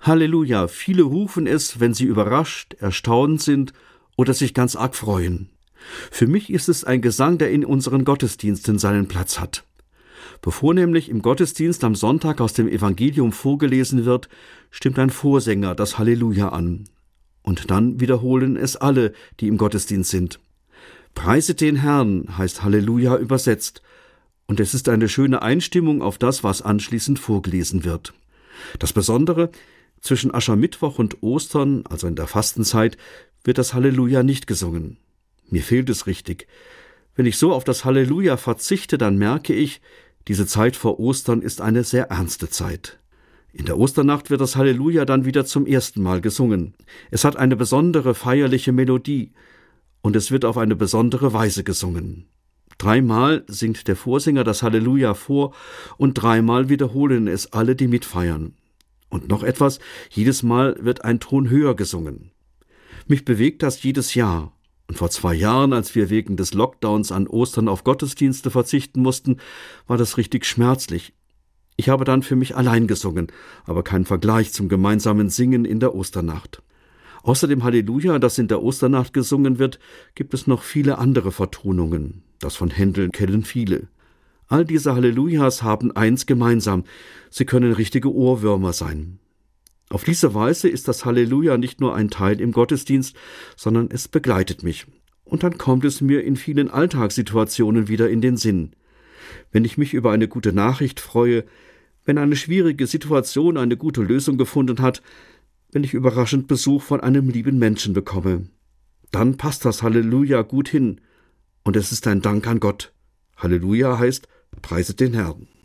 Halleluja, viele rufen es, wenn sie überrascht, erstaunt sind oder sich ganz arg freuen. Für mich ist es ein Gesang, der in unseren Gottesdiensten seinen Platz hat. Bevor nämlich im Gottesdienst am Sonntag aus dem Evangelium vorgelesen wird, stimmt ein Vorsänger das Halleluja an. Und dann wiederholen es alle, die im Gottesdienst sind. Preiset den Herrn heißt Halleluja übersetzt. Und es ist eine schöne Einstimmung auf das, was anschließend vorgelesen wird. Das Besondere: zwischen Aschermittwoch und Ostern, also in der Fastenzeit, wird das Halleluja nicht gesungen. Mir fehlt es richtig. Wenn ich so auf das Halleluja verzichte, dann merke ich, diese Zeit vor Ostern ist eine sehr ernste Zeit. In der Osternacht wird das Halleluja dann wieder zum ersten Mal gesungen. Es hat eine besondere feierliche Melodie und es wird auf eine besondere Weise gesungen. 3-mal singt der Vorsänger das Halleluja vor und 3-mal wiederholen es alle, die mitfeiern. Und noch etwas: jedes Mal wird ein Ton höher gesungen. Mich bewegt das jedes Jahr. Und vor 2 Jahren, als wir wegen des Lockdowns an Ostern auf Gottesdienste verzichten mussten, war das richtig schmerzlich. Ich habe dann für mich allein gesungen, aber kein Vergleich zum gemeinsamen Singen in der Osternacht. Außer dem Halleluja, das in der Osternacht gesungen wird, gibt es noch viele andere Vertonungen. Das von Händel kennen viele. All diese Hallelujahs haben eins gemeinsam: sie können richtige Ohrwürmer sein. Auf diese Weise ist das Halleluja nicht nur ein Teil im Gottesdienst, sondern es begleitet mich. Und dann kommt es mir in vielen Alltagssituationen wieder in den Sinn. Wenn ich mich über eine gute Nachricht freue, wenn eine schwierige Situation eine gute Lösung gefunden hat, wenn ich überraschend Besuch von einem lieben Menschen bekomme, dann passt das Halleluja gut hin. Und es ist ein Dank an Gott. Halleluja heißt: Preiset den Herrn.